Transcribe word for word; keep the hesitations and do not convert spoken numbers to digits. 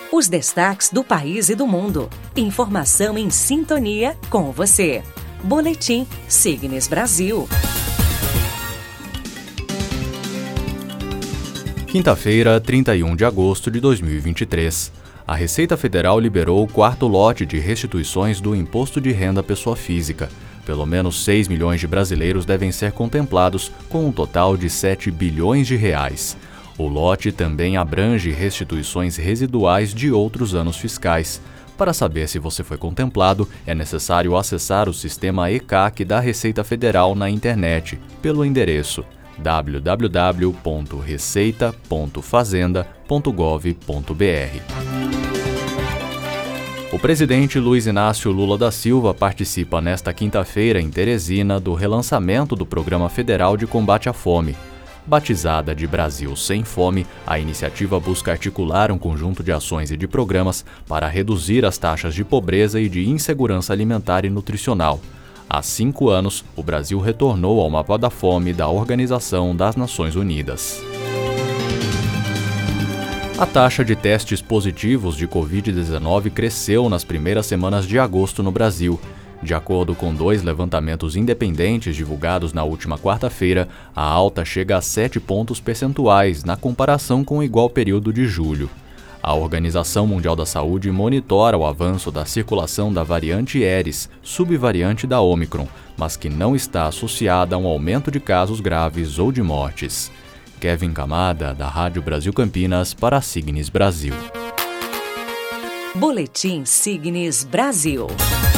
Os destaques do país e do mundo. Informação em sintonia com você. Boletim Signes Brasil. Quinta-feira, trinta e um de agosto de dois mil e vinte e três. A Receita Federal liberou o quarto lote de restituições do Imposto de Renda à Pessoa Física. Pelo menos seis milhões de brasileiros devem ser contemplados, com um total de sete bilhões de reais. O lote também abrange restituições residuais de outros anos fiscais. Para saber se você foi contemplado, é necessário acessar o sistema E C A C da Receita Federal na internet, pelo endereço w w w ponto receita ponto fazenda ponto gov ponto b r. O presidente Luiz Inácio Lula da Silva participa nesta quinta-feira em Teresina do relançamento do Programa Federal de Combate à Fome. Batizada de Brasil Sem Fome, a iniciativa busca articular um conjunto de ações e de programas para reduzir as taxas de pobreza e de insegurança alimentar e nutricional. Há cinco anos, o Brasil retornou ao mapa da fome da Organização das Nações Unidas. A taxa de testes positivos de covid dezenove cresceu nas primeiras semanas de agosto no Brasil. De acordo com dois levantamentos independentes divulgados na última quarta-feira, a alta chega a sete pontos percentuais na comparação com o igual período de julho. A Organização Mundial da Saúde monitora o avanço da circulação da variante Eris, subvariante da Ômicron, mas que não está associada a um aumento de casos graves ou de mortes. Kevin Camada, da Rádio Brasil Campinas, para a Signes Brasil. Boletim Signes Brasil.